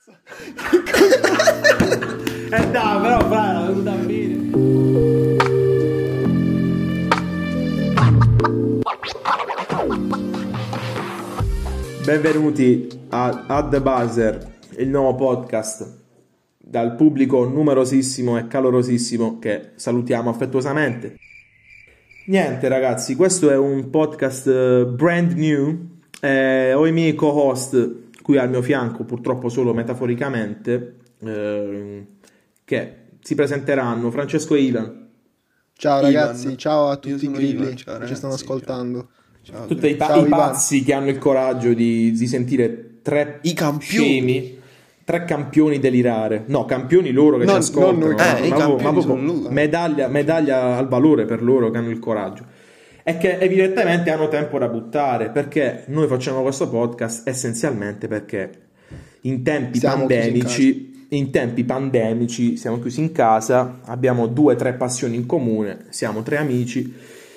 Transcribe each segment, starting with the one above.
Dai, però, bravo, è venuta bene. Benvenuti a The Buzzer, il nuovo podcast dal pubblico numerosissimo e calorosissimo che salutiamo affettuosamente. Niente ragazzi, questo è un podcast brand new. Ho i miei co-host qui al mio fianco, purtroppo solo metaforicamente, che si presenteranno. Francesco e Ivan. Ciao ragazzi, Ivan. ciao a tutti i grilli Ivan, ciao, che ci stanno ragazzi, ascoltando. Ciao. Tutti i Ciao, Ivan. pazzi che hanno il coraggio di sentire tre I campioni. scemi, tre campioni delirare. No, campioni loro che ci ascoltano. non noi. I campioni proprio sono loro. medaglia al valore per loro che hanno il coraggio. E che evidentemente hanno tempo da buttare, perché noi facciamo questo podcast essenzialmente perché in tempi Siamo pandemici siamo chiusi in casa, abbiamo 2 o 3 passioni in comune, siamo 3 amici.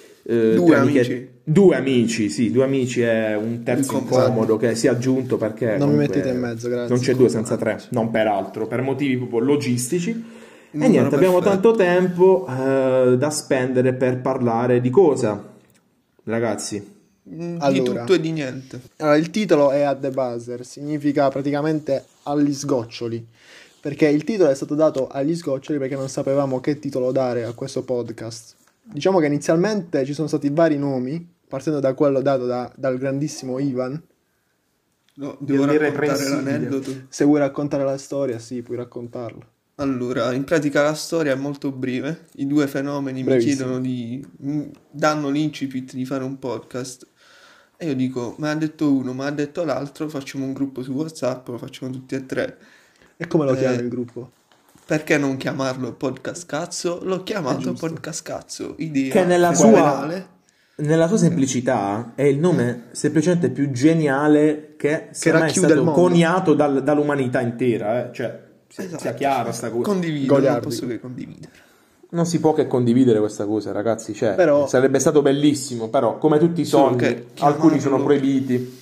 Due amici e un terzo incomodo che si è aggiunto perché Non mi comunque mettete in mezzo, grazie. non c'è 2 senza 3, non per altro, per motivi proprio logistici. E Numero niente, abbiamo perfetto. tanto tempo da spendere per parlare di cosa, ragazzi? Di Allora. tutto e di niente. Allora, il titolo è At the Buzzer, significa praticamente agli sgoccioli, perché il titolo è stato dato agli sgoccioli perché non sapevamo che titolo dare a questo podcast. Diciamo che inizialmente ci sono stati vari nomi, partendo da quello dato dal grandissimo Ivan. No, devo raccontare l'aneddoto. Se vuoi raccontare la storia, sì, puoi raccontarla. Allora, in pratica la storia è molto breve. I due fenomeni Brevissimo. danno l'incipit di fare un podcast. E io dico, me l'ha detto uno, me l'ha detto l'altro, facciamo un gruppo su WhatsApp, lo facciamo tutti e tre. E come lo chiami il gruppo? Perché non chiamarlo podcast cazzo? L'ho chiamato giusto. podcast cazzo. Idea Che nella fenomenale. sua semplicità è il nome semplicemente più geniale che sia mai racchiude stato il mondo. coniato dall'umanità intera, cioè sia Esatto. chiara sta cosa. Condivido, non Goliardico. posso che condividere. Non si può che condividere questa cosa, ragazzi, cioè Però- sarebbe stato bellissimo, però come tutti i Solo sogni, che alcuni chiamarlo- sono proibiti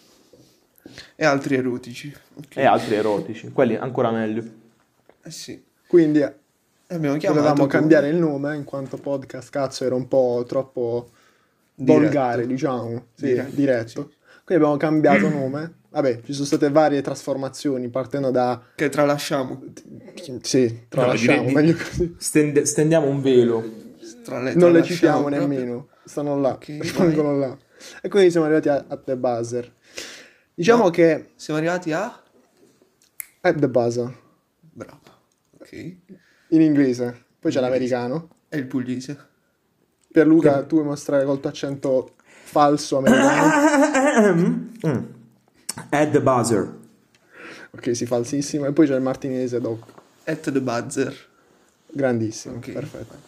E altri erotici. Ok. e altri erotici, quelli ancora meglio. Eh sì. Quindi Abbiamo chiamato dovevamo tu. cambiare il nome in quanto podcast cazzo era un po' troppo Diretto. volgare, diciamo, sì, diretto. sì. Quindi abbiamo cambiato nome. Vabbè, ci sono state varie trasformazioni partendo da Che tralasciamo. sì, tralasciamo, direi meglio così. Stendiamo un velo. Non le Tralasciamo citiamo proprio. nemmeno, stanno là, Ok, rimangono là. E quindi siamo arrivati a The Buzzer. Diciamo No. che Siamo arrivati a... at The Buzzer Bravo. Ok. in inglese, poi c'è l'americano. E il pugliese. Pierluca, tu vuoi mostrare col tuo accento falso americano? At the buzzer. Ok, sì, falsissimo. E poi c'è il martinese dopo. At the buzzer. Grandissimo, Ok. perfetto.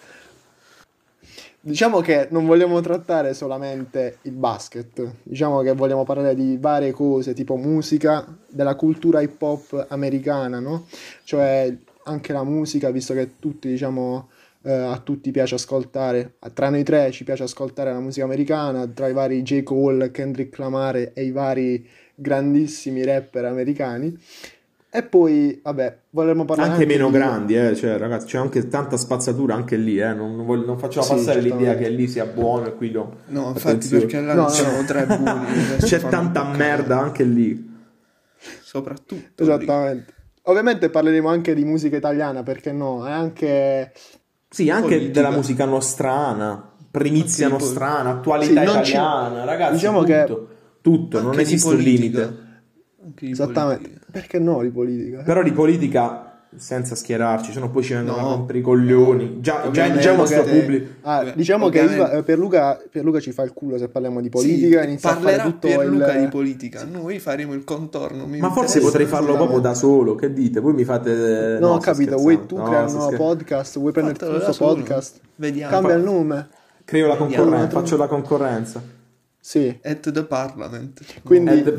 Diciamo che non vogliamo trattare solamente il basket, diciamo che vogliamo parlare di varie cose, tipo musica, della cultura hip hop americana, no? Cioè anche la musica, visto che tutti, diciamo, a tutti piace ascoltare, tra noi tre ci piace ascoltare la musica americana, tra i vari J. Cole, Kendrick Lamar e i vari grandissimi rapper americani. E poi, vabbè, vorremmo parlare Anche meno di- grandi, cioè ragazzi, c'è anche tanta spazzatura anche lì, non facciamo Sì, passare l'idea certamente. che lì sia buono e qui no. No, infatti Attenzione. perché là No, siamo no. tre buoni. adesso C'è fanno tanta un po' merda anche lì. Soprattutto lì. Esattamente. Ovviamente parleremo anche di musica italiana, perché no? È anche... Sì, anche Politica. della musica nostrana, primizia Anche di nostrana, attualità Sì, non ci- italiana, ragazzi, diciamo tutto, non Anche di esiste un politica. limite. Anche di Esattamente. politica. Perché no di politica? Però di politica senza schierarci, se no poi ci vengono No. a rompere i coglioni. Già Ovviamente. il Diciamo nostro che- pubblico. diciamo che Ovviamente. Pierluca ci fa il culo se parliamo di politica, Sì, inizia a fare parlerà tutto Pierluca il... di politica. Noi faremo il contorno. mi Ma forse interessa. potrei farlo proprio da solo, che dite? Voi mi fate... No, ho sto capito, scherzando. vuoi tu No, creare un sto nuovo scherzando. podcast, vuoi prendere Fatelo il da tuo solo. podcast, Vediamo. cambia il nome, Creo la concorrenza, Vediamo. faccio la concorrenza. sì, At the Parliament. quindi, Eh,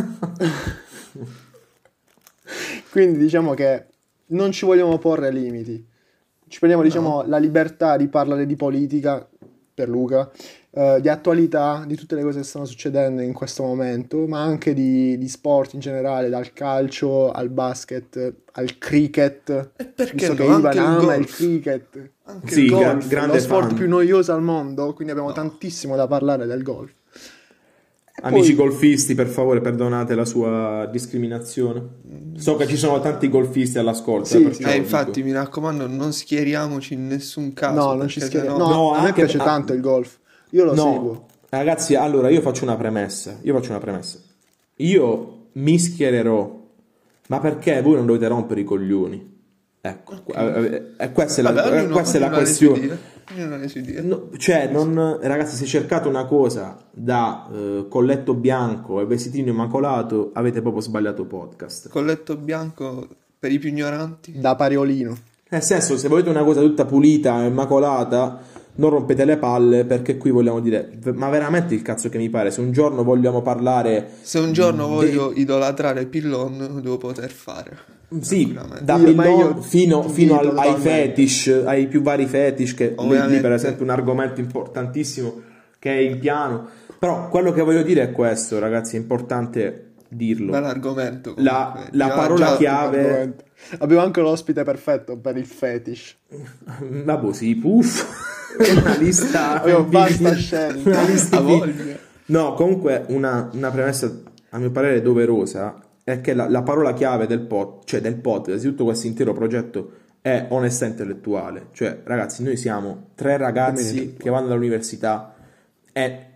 quindi diciamo che non ci vogliamo porre limiti, ci prendiamo, diciamo, la libertà di parlare di politica Pierluca, di attualità, di tutte le cose che stanno succedendo in questo momento, ma anche di sport in generale, dal calcio al basket, al cricket. E perché Visto no? che Ivan Anche il ama golf. il cricket. Anche Sì, il golf. Golf, grande lo sport fan. più noioso al mondo, quindi abbiamo tantissimo da parlare del golf. Amici Poi- golfisti, per favore, perdonate la sua discriminazione. So che ci sono tanti golfisti all'ascolto, Sì, perciò sì. Infatti, dico. mi raccomando, non schieriamoci in nessun caso. No, non ci perché scherziamo. sennò- No, No, a me anche- piace tanto il golf. Io lo No, seguo. ragazzi, allora io faccio una premessa. Io mi schiererò, ma perché voi non dovete rompere i coglioni? Ecco, questa è la, Vabbè, ognuno- questa è la ognuno ha le sue questione. idee. Ognuno ha le sue idee. No, cioè, ragazzi, se cercate una cosa da colletto bianco e vestitino immacolato, avete proprio sbagliato podcast. Colletto bianco per i più ignoranti. Da Pariolino. Nel senso, se volete una cosa tutta pulita, immacolata, non rompete le palle, perché qui vogliamo dire, ma veramente il cazzo che mi pare, se un giorno vogliamo parlare, Se un giorno voglio idolatrare Pillon, lo devo poter fare. sì, Tranquillamente. da Io- Pillon ma io fino invito ai totalmente. fetish, ai più vari fetish, che lì Ovviamente. per esempio un argomento importantissimo che è il piano. Però quello che voglio dire è questo, ragazzi, è importante dirlo. Bell'argomento. La comunque. parola Già- chiave. Argomento. Abbiamo anche l'ospite perfetto per il fetish. Vabbè, sì, puff. Una lista. Abbiamo vasta scelta. Una lista A di- voglia. No, comunque una premessa a mio parere doverosa è che la parola chiave del podcast, di tutto questo intero progetto, è onestà intellettuale. Cioè, ragazzi, noi siamo tre ragazzi che vanno all'università e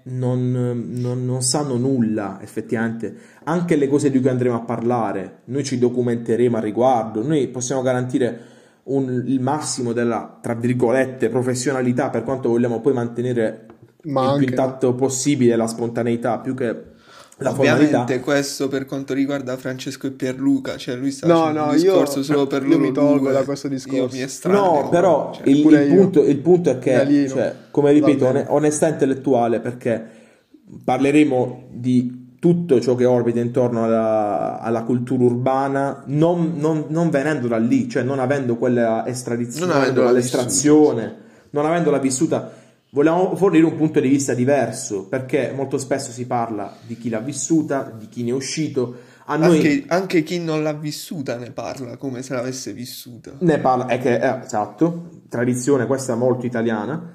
non sanno nulla effettivamente. Anche le cose di cui andremo a parlare, noi ci documenteremo a riguardo, noi possiamo garantire il massimo della, tra virgolette, professionalità, per quanto vogliamo poi mantenere Ma il anche più intatto possibile la spontaneità, più che la Ovviamente formalità. questo per quanto riguarda Francesco e Pierluca, cioè lui sta No, facendo no, un discorso io- solo per io loro mi tolgo due. da questo Io discorso. mi estraneo. No, però Cioè, pure io. il punto è che, Galino. cioè, come ripeto, Va bene. onestà intellettuale, perché parleremo di tutto ciò che orbita intorno alla cultura urbana, non venendo da lì, cioè non avendo quella estradizione, Non avendola l'estrazione, non avendola vissuta. Vogliamo fornire un punto di vista diverso, perché molto spesso si parla di chi l'ha vissuta, di chi ne è uscito. A noi anche chi non l'ha vissuta ne parla come se l'avesse vissuta. ne parla, è che esatto, tradizione questa molto italiana.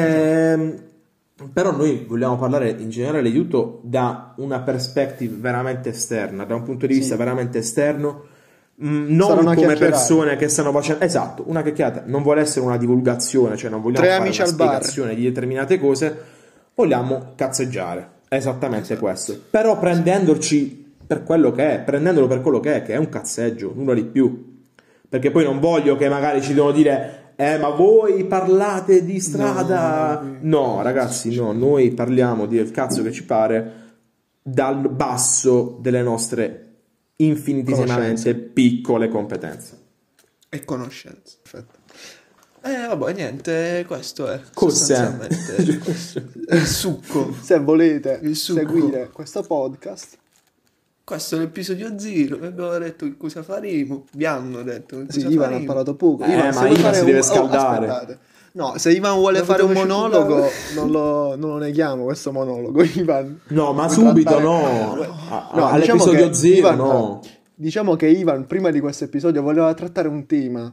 Però noi vogliamo parlare in generale di tutto da una perspective veramente esterna, da un punto di vista veramente esterno, Sarà non una come chiacchierata. persone che stanno facendo, esatto, una chiacchierata, non vuole essere una divulgazione, cioè non vogliamo Tre fare amici una al bar. spiegazione di determinate cose, vogliamo cazzeggiare, esattamente questo, però prendendolo per quello che è un cazzeggio, nulla di più, perché poi non voglio che magari ci devono dire ma voi parlate di strada. No, ragazzi, no, noi parliamo del cazzo che ci pare dal basso delle nostre infinitesimamente piccole competenze. E conoscenza. Perfetto. Vabbè, niente, questo è Cos'è? sostanzialmente il succo. Se volete Il succo. seguire questo podcast, Questo è l'episodio 0, abbiamo detto che cosa faremo, vi hanno detto che sì, cosa Ivan ha faremo. parlato poco. Ma se vuoi Ivan fare si deve scaldare. aspettate. No, se Ivan vuole Lo fare un potevo monologo, sciupare. non lo neghiamo questo monologo, Ivan. No, ma Puoi subito trattare- no. No, All'episodio che 0 Ivan- no. Diciamo che Ivan prima di questo episodio voleva trattare un tema,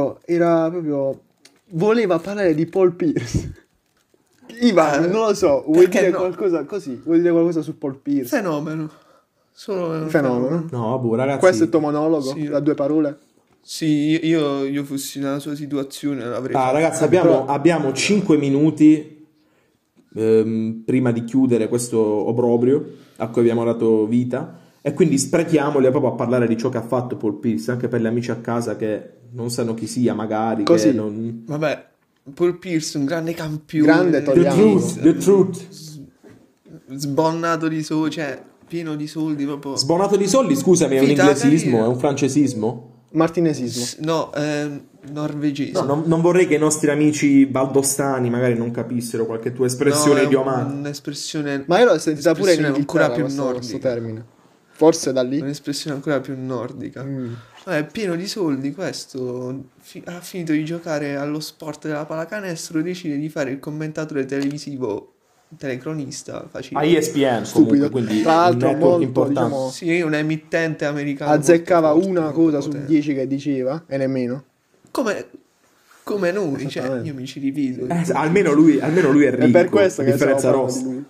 voleva parlare di Paul Pierce. Ivan, non lo so, vuoi perché dire no? qualcosa così? Vuoi dire qualcosa su Paul Pierce? Fenomeno. Solo un Fenomeno. No, vabbè, ragazzi. Questo è il tuo monologo? Sì. Da 2 parole? Sì, io fossi nella sua situazione l'avrei fatto. Ragazzi, Però- abbiamo 5 minuti prima di chiudere questo obbrobrio a cui abbiamo dato vita, e quindi sprechiamoli proprio a parlare di ciò che ha fatto Paul Pierce, anche per gli amici a casa che non sanno chi sia, magari. Così. Che non... Vabbè, Paul Pierce, un grande campione. Grande The togliamo. truth. Sbonnato di soldi, cioè pieno di soldi proprio. Sbonato di soldi, scusami, è un Vita, inglesismo, carriera. è un francesismo? Martinesismo. No, norvegese. No, non vorrei che i nostri amici valdostani magari non capissero qualche tua espressione No, è idiomatica. un'espressione. Ma io l'ho sentita pure in espressione ancora Inghilterra più questo nordica. termine. Forse da lì. Un'espressione ancora più nordica. Mm. È pieno di soldi questo, ha finito di giocare allo sport della pallacanestro, decide di fare il commentatore televisivo, telecronista, facile. A ESPN Stupido. comunque, quindi Tra l'altro un network molto, importante. diciamo, Sì, è un emittente americano. azzeccava molto forte, una molto cosa su potente. 10 che diceva, e nemmeno. Come noi, cioè, Esattamente. io mi ci divido. Almeno lui è ricco, È per questo a che differenza stiamo parlando nostra. di lui.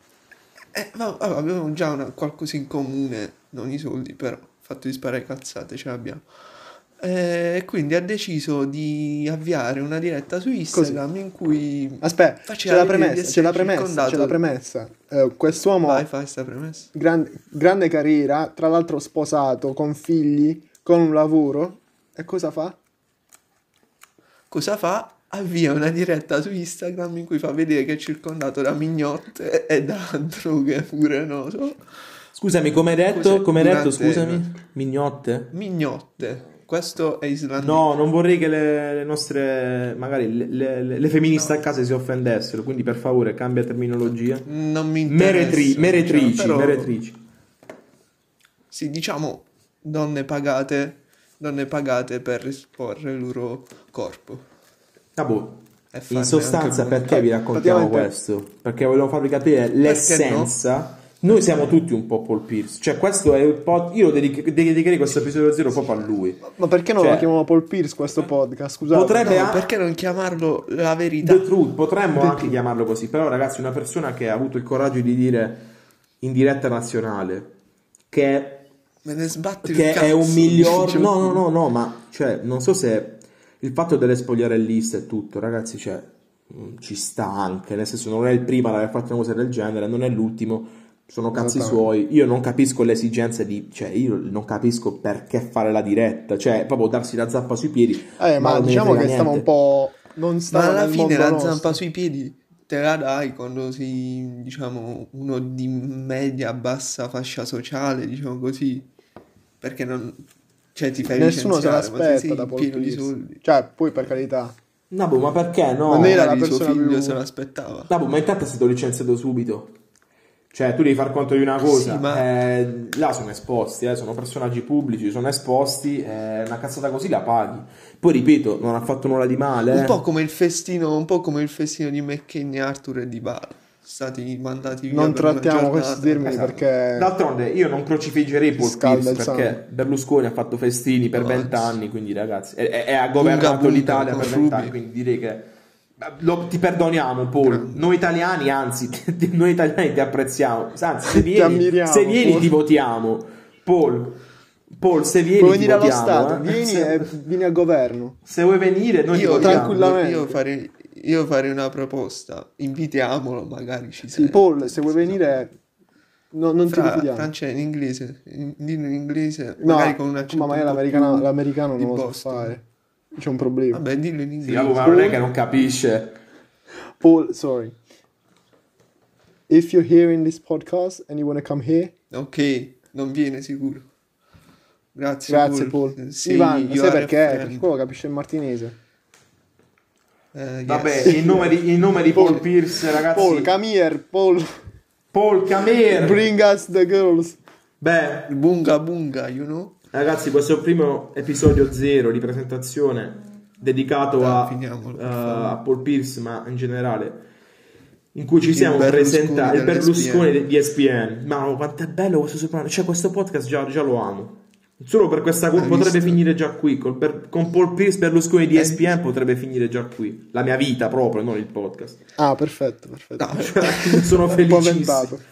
Abbiamo già qualcosa in comune, non i soldi, però, fatto di sparare cazzate, ce l'abbiamo. E quindi ha deciso di avviare una diretta su Instagram in cui Aspetta, faceva c'è la vedere di premessa, c'è la essere premessa, circondato- c'è la premessa. Quest'uomo, Vai, fai sta premessa. grande carriera, tra l'altro sposato, con figli, con un lavoro. E cosa fa? Cosa fa? Avvia una diretta su Instagram in cui fa vedere che è circondato da mignotte e da droghe pure, no? Scusami, come hai detto? Cos'è? Come hai detto, Durante- scusami? Mignotte? Mignotte. Questo è islandese. No, non vorrei che le nostre, magari le femministe a casa si offendessero, quindi per favore cambia terminologia. Non mi interessa. Meretrici, però- meretrici. Sì, diciamo donne pagate per esporre il loro corpo. Ah, boh. E In farne sostanza, anche perché vi raccontiamo praticamente- questo? Perché volevo farvi capire l'essenza. Noi siamo tutti un po' Paul Pierce. Cioè, questo è un po'. Io dedicherei questo episodio 0 proprio a lui. Ma perché non Cioè, lo chiamiamo Paul Pierce questo podcast? Scusate. potrebbe No, anche- perché non chiamarlo la verità? The Truth, potremmo anche chiamarlo così. Però, ragazzi, una persona che ha avuto il coraggio di dire in diretta nazionale che Me ne sbatti il che cazzo. è un miglior. diciamo. No, ma cioè, non so se il fatto delle spogliarelliste e tutto, ragazzi, cioè, ci sta anche, nel senso, non è il primo ad aver fatto una cosa del genere, non è l'ultimo, sono cazzi suoi. Io non capisco le esigenze cioè, io non capisco perché fare la diretta, cioè, proprio darsi la zappa sui piedi. Ma non me ne diciamo frega che stava un niente. po'. Non Ma stava alla nel fine mondo la nostro. zampa sui piedi te la dai quando sei, diciamo, uno di media bassa fascia sociale, diciamo così. Perché non. Cioè, ti fai Nessuno se licenziare, ma se l'aspetta sei da Paul pieno di Pierce. soldi. Cioè, poi per carità. No, boh, ma perché no? Ma ne era la Magari suo persona figlio più- se l'aspettava. No, boh, ma intanto è stato licenziato subito. Cioè, tu devi far conto di una cosa, Sì, ma- là sono esposti, sono personaggi pubblici, sono esposti, una cazzata così la paghi. Poi ripeto, non ha fatto nulla di male. Un po' come il festino di McKinney, Arthur e Dybala. Stati mandati via Non per una trattiamo giornata. questi termini Esatto. perché. D'altronde io non crocifiggerei Paul Scalda Pierce il sangue. perché Berlusconi ha fatto festini per No, 20 anzi. anni, quindi ragazzi, e ha governato bunga l'Italia con per 20 anni, Rubi. quindi direi che ti perdoniamo, Paul. Noi italiani, anzi, noi italiani ti apprezziamo. Anzi, se vieni, ammiriamo, se vieni Paul. ti votiamo. Paul, se vieni Puoi ti venire allo votiamo, Stato, eh. vieni e vieni al governo. Se vuoi venire, noi ti Io, votiamo. tranquillamente. io farei una proposta. Invitiamolo, magari ci Sì, sei. Paul, se vuoi venire, non ti rifidiamo. Francia in inglese. Dillo in inglese. No, Magari con un accento. ma magari un po' più l'americano di non lo so Boston. fare. C'è un problema. Vabbè, dillo in Sì, inglese. vabbè, ma non è che non capisce. Paul, sorry. If you're hearing this podcast and you want to come here, Ok, non viene sicuro. Grazie, grazie Paul. Sì, Ivan, you sai are a perché? friend. Perché quello capisce il martinese. Yes. Vabbè, in nome di Paul Pierce, ragazzi. Paul, come here, Paul. Paul, come here. Bring us the girls. Beh, Bunga bunga, you know? ragazzi, questo è il primo episodio 0 di presentazione dedicato finiamolo, per a Paul Pierce, ma in generale, in cui ci siamo Berlusconi presentati, il Berlusconi dell'ESPN. di ESPN. Ma quanto è bello questo soprano, cioè questo podcast già lo amo. Solo per questa cosa Hai potrebbe visto? finire già qui. Con Paul Pierce, Berlusconi di ESPN potrebbe finire già qui. La mia vita proprio, non il podcast. Ah, perfetto. No, Sono Un po' felicissimo. avventato.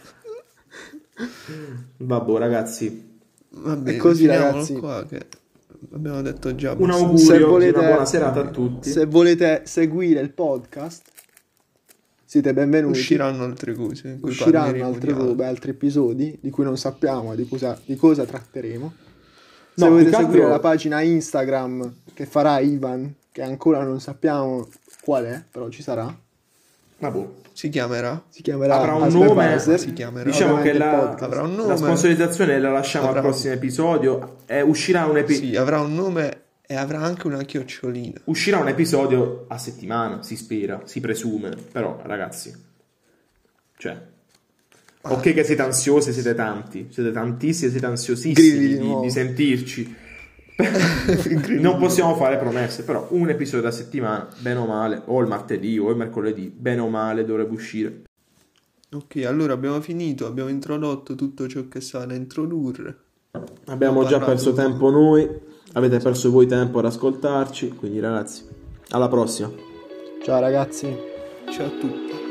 Vabbè, ragazzi, va bene, così, finiamolo ragazzi. qua che abbiamo detto già un abbastanza. augurio di una buona serata a tutti. Se volete seguire il podcast, siete benvenuti. Usciranno altre cose in cui Usciranno parleremo altre di altro. robe, altri episodi di cui non sappiamo di cosa tratteremo. Se No, volete più che seguire altro- la pagina Instagram che farà Ivan, che ancora non sappiamo qual è, però ci sarà. Vabbè. Si chiamerà? Si chiamerà Avrà un Asper nome, Buzzer. si chiamerà. diciamo che Ovviamente il la, podcast. Avrà un la nome. sponsorizzazione la lasciamo Avrà- al prossimo episodio. Uscirà un Sì, avrà un nome e avrà anche una chiocciolina. uscirà un episodio a settimana, si spera, si presume. Però, ragazzi, cioè, Ok che siete ansiosi, siete tanti, siete tantissimi, siete Gridi ansiosissimi di di sentirci. Non possiamo fare promesse, però un episodio a settimana, bene o male, o il martedì o il mercoledì, bene o male dovrebbe uscire. Ok, allora abbiamo finito, abbiamo introdotto tutto ciò che stava da introdurre. Abbiamo già perso tempo noi, avete perso voi tempo ad ascoltarci, quindi ragazzi, alla prossima. Ciao ragazzi. Ciao a tutti.